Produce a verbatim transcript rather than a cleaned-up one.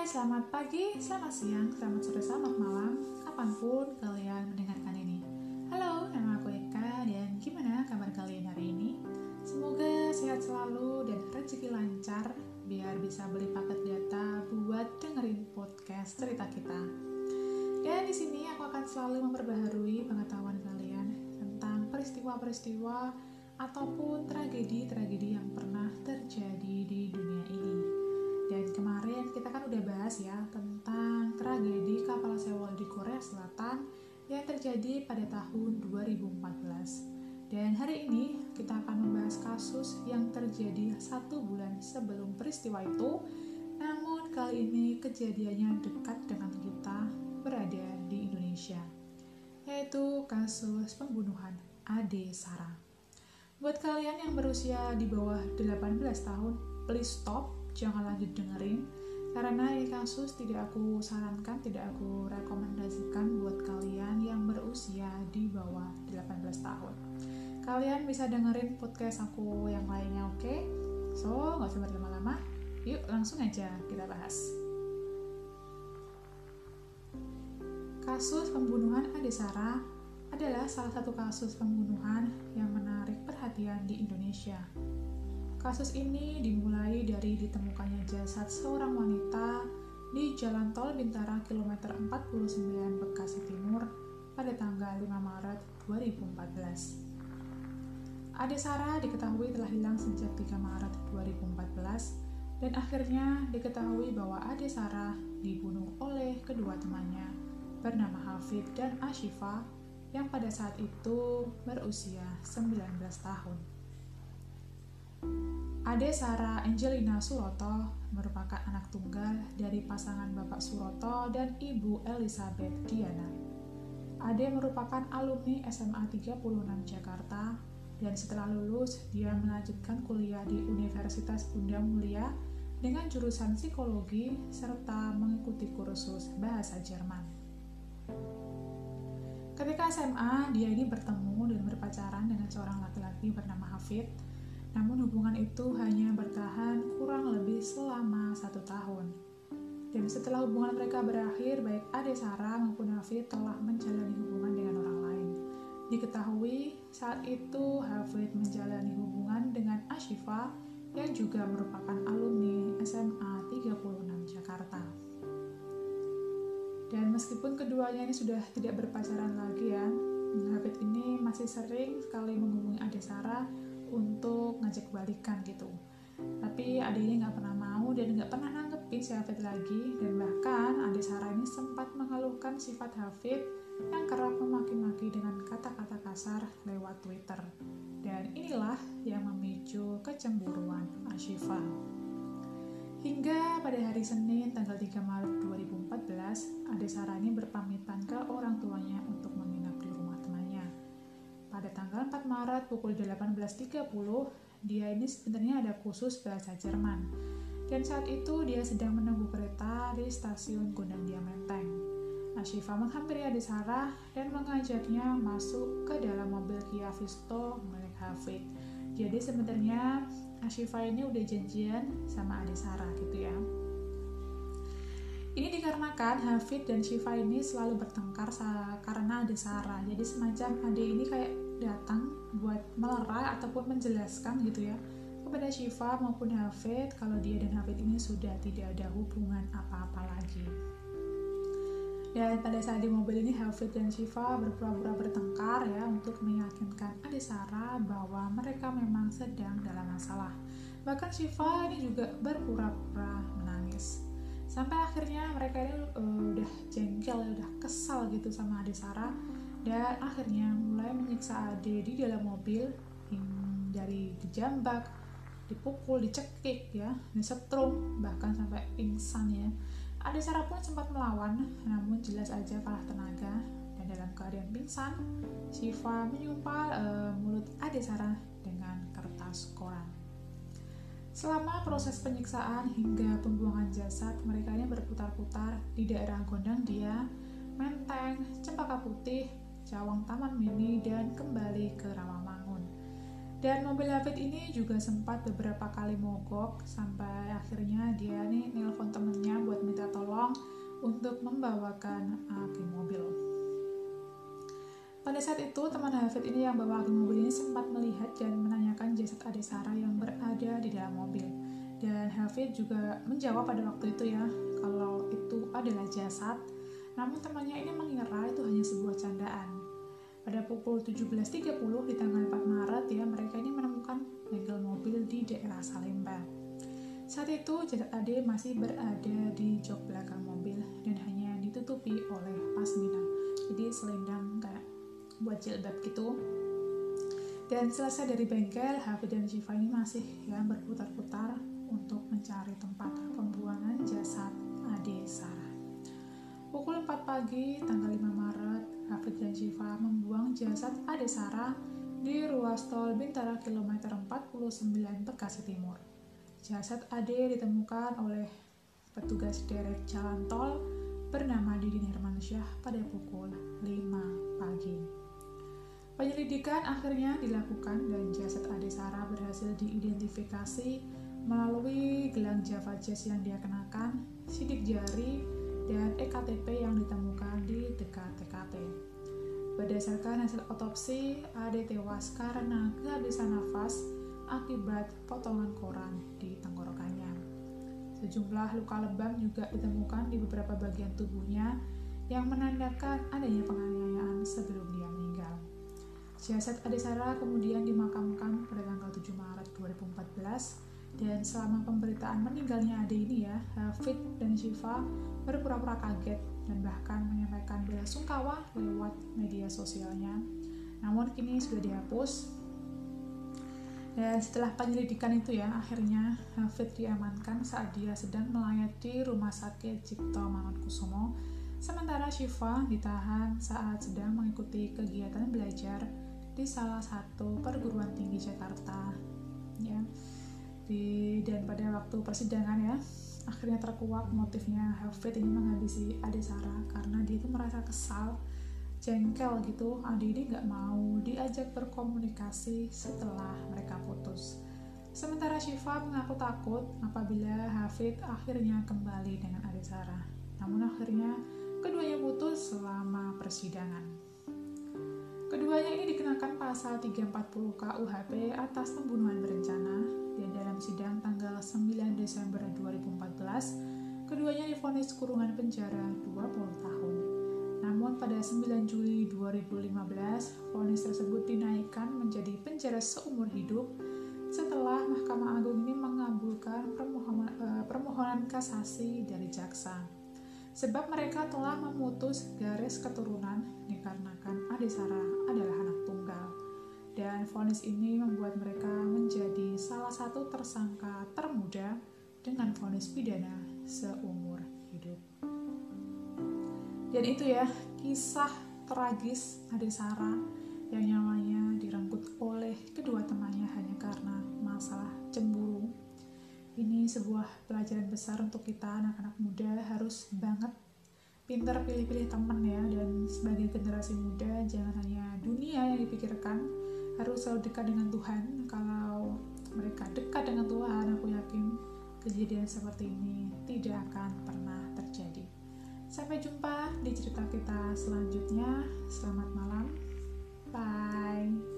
selamat pagi, selamat siang, selamat sore, selamat malam, kapanpun kalian mendengarkan ini. Halo, nama aku Eka, dan gimana kabar kalian hari ini? Semoga sehat selalu dan rezeki lancar, biar bisa beli paket data buat dengerin podcast cerita kita. Dan di sini aku akan selalu memperbaharui pengetahuan kalian tentang peristiwa-peristiwa ataupun tragedi-tragedi yang pernah terjadi di dunia ini. Dan kemarin kita kan udah bahas ya tentang tragedi kapal sewa di Korea Selatan yang terjadi pada tahun dua ribu empat belas. Dan hari ini kita akan membahas kasus yang terjadi satu bulan sebelum peristiwa itu. Namun kali ini kejadiannya dekat dengan kita berada di Indonesia, yaitu kasus pembunuhan Ade Sarah. Buat kalian yang berusia di bawah delapan belas tahun, please stop. Jangan lanjut dengerin, karena ini kasus tidak aku sarankan, tidak aku rekomendasikan buat kalian yang berusia di bawah delapan belas tahun. Kalian bisa dengerin podcast aku yang lainnya, oke? Okay? So, gak usah berlama-lama, yuk langsung aja kita bahas. Kasus pembunuhan Ade Sarah adalah salah satu kasus pembunuhan yang menarik perhatian di Indonesia. Kasus ini dimulai dari ditemukannya jasad seorang wanita di Jalan Tol Bintara kilometer empat puluh sembilan Bekasi Timur pada tanggal lima Maret dua ribu empat belas. Ade Sarah diketahui telah hilang sejak tiga Maret dua ribu empat belas dan akhirnya diketahui bahwa Ade Sarah dibunuh oleh kedua temannya bernama Hafid dan Ashifa yang pada saat itu berusia sembilan belas tahun. Ade Sarah Angelina Suroto merupakan anak tunggal dari pasangan Bapak Suroto dan Ibu Elizabeth Diana. Ade merupakan alumni S M A tiga puluh enam Jakarta dan setelah lulus dia melanjutkan kuliah di Universitas Bunda Mulia dengan jurusan psikologi serta mengikuti kursus bahasa Jerman. Ketika S M A, dia ini bertemu dan berpacaran dengan seorang laki-laki bernama Hafid. Namun hubungan itu hanya bertahan kurang lebih selama satu tahun. Dan setelah hubungan mereka berakhir, baik Ade Sarah maupun Hafid telah menjalani hubungan dengan orang lain. Diketahui saat itu Hafid menjalani hubungan dengan Ashifa yang juga merupakan alumni S M A tiga puluh enam Jakarta. Dan meskipun keduanya ini sudah tidak berpacaran lagi ya, Hafid ini masih sering sekali menghubungi Ade Sarah untuk ngajak balikan gitu. Tapi Ade ini nggak pernah mau dan nggak pernah nanggepin si Hafid lagi, dan bahkan Ade Sarah ini sempat mengeluhkan sifat Hafid yang kerap memaki-maki dengan kata-kata kasar lewat Twitter. Dan inilah yang memicu kecemburuan Ashifa. Hingga pada hari Senin tanggal tiga Maret dua ribu empat belas, Ade Sarah ini berpamitan ke orang tuanya untuk menginap di rumah temannya. Pada tanggal empat Maret pukul delapan belas tiga puluh, dia ini sebenarnya ada kursus bahasa Jerman. Dan saat itu dia sedang menunggu kereta di stasiun Gondangdia Menteng. Ashifa menghampiri Ade Sarah dan mengajaknya masuk ke dalam mobil Kia Visto milik Hafid. Jadi sebenarnya Ashifa ini udah janjian sama Ade Sarah gitu ya. Ini dikarenakan Hafid dan Shifa ini selalu bertengkar karena Ade Sarah. Jadi semacam Ade ini kayak datang buat melerai ataupun menjelaskan gitu ya kepada Shifa maupun Hafid kalau dia dan Hafid ini sudah tidak ada hubungan apa-apa lagi. Dan pada saat di mobil ini Hafid dan Shifa berpura-pura bertengkar ya untuk meyakinkan Ade Sarah bahwa mereka memang sedang dalam masalah. Bahkan Shifa ini juga berpura-pura menangis. Sampai akhirnya mereka ini uh, udah jengkel, udah kesal gitu sama Ade Sarah, dan akhirnya mulai menyiksa Ade di dalam mobil, dari dijambak, dipukul, dicekik ya, disetrum, bahkan sampai pingsan ya. Ade Sarah pun sempat melawan, namun jelas aja kalah tenaga, dan dalam keadaan pingsan, Shifa menyumpal uh, mulut Ade Sarah dengan kertas koran. Selama proses penyiksaan hingga pembuangan jasad, mereka ini berputar-putar di daerah Gondangdia, Menteng, Cempaka Putih, Cawang Taman Mini, dan kembali ke Rawamangun. Dan mobil Hafid ini juga sempat beberapa kali mogok sampai akhirnya dia nih nelpon temennya buat minta tolong untuk membawakan aki mobil. Pada saat itu teman Hafid ini yang bawa aki mobil ini sempat melihat dan menanyakan jasad adik Sarah yang berada di dalam mobil. Dan Hafid juga menjawab pada waktu itu ya kalau itu adalah jasad. Namun temannya ini mengira itu hanya sebuah candaan. Pada pukul tujuh belas tiga puluh di tanggal empat Maret ya, mereka ini menemukan bengkel mobil di daerah Salemba. Saat itu jasad Ade masih berada di jok belakang mobil dan hanya ditutupi oleh pasmina. Jadi selendang kayak buat jilbab gitu. Dan selesai dari bengkel, Hafid dan Syifa ini masih ya berputar-putar untuk mencari tempat pembuangan jasad Ade Sarah. Pukul empat pagi tanggal lima Maret, Hafid dan Syifa membuang jasad Ade Sarah di ruas tol Bintara kilometer empat puluh sembilan Bekasi Timur. Jasad Ade ditemukan oleh petugas derek jalan tol bernama Didin Hermansyah pada pukul lima pagi. Penyelidikan akhirnya dilakukan dan jasad Ade Sarah berhasil diidentifikasi melalui gelang Java Jazz yang dia kenakan, sidik jari, dan E K T P yang ditemukan di dekat T K P. Berdasarkan hasil otopsi, Ade tewas karena kehabisan nafas akibat potongan koran di tenggorokannya. Sejumlah luka lebam juga ditemukan di beberapa bagian tubuhnya yang menandakan adanya penganiayaan sebelum dia meninggal. Jasad Ade Sarah kemudian dimakamkan pada tanggal tujuh Maret dua ribu empat belas. Dan selama pemberitaan meninggalnya Ade ini ya, Hafid dan Syifa berpura-pura kaget dan bahkan menyampaikan bela sungkawa lewat media sosialnya. Namun kini sudah dihapus. Dan setelah penyelidikan itu ya, akhirnya Hafid diamankan saat dia sedang melayati Rumah Sakit Cipto Mangunkusumo. Sementara Syifa ditahan saat sedang mengikuti kegiatan belajar di salah satu perguruan tinggi Jakarta. Ya. Di, dan pada waktu persidangan ya, akhirnya terkuak motifnya Hafid ini menghabisi Ade Sarah karena dia itu merasa kesal, jengkel gitu. Ade ini nggak mau diajak berkomunikasi setelah mereka putus. Sementara Syifa mengaku takut apabila Hafid akhirnya kembali dengan Ade Sarah. Namun akhirnya keduanya putus selama persidangan. Keduanya ini dikenakan pasal tiga ratus empat puluh K U H P atas pembunuhan berencana. Dan dalam sidang tanggal sembilan Desember dua ribu empat belas, keduanya divonis kurungan penjara dua puluh tahun. Namun pada sembilan Juli dua ribu lima belas, vonis tersebut dinaikkan menjadi penjara seumur hidup setelah Mahkamah Agung ini mengabulkan permohonan, eh, permohonan kasasi dari jaksa. Sebab mereka telah memutus garis keturunan dikarenakan Ade Sarah adalah anak tunggal. Dan vonis ini membuat mereka menjadi salah satu tersangka termuda dengan vonis pidana seumur hidup. Dan itu ya kisah tragis Ade Sarah yang nyawanya direnggut oleh kedua temannya hanya karena masalah cemburu. Ini sebuah pelajaran besar untuk kita anak-anak muda, harus banget pintar pilih-pilih teman ya. Dan sebagai generasi muda jangan hanya dunia yang dipikirkan, harus selalu dekat dengan Tuhan. Kalau mereka dekat dengan Tuhan, aku yakin kejadian seperti ini tidak akan pernah terjadi. Sampai jumpa di cerita kita selanjutnya. Selamat malam. Bye.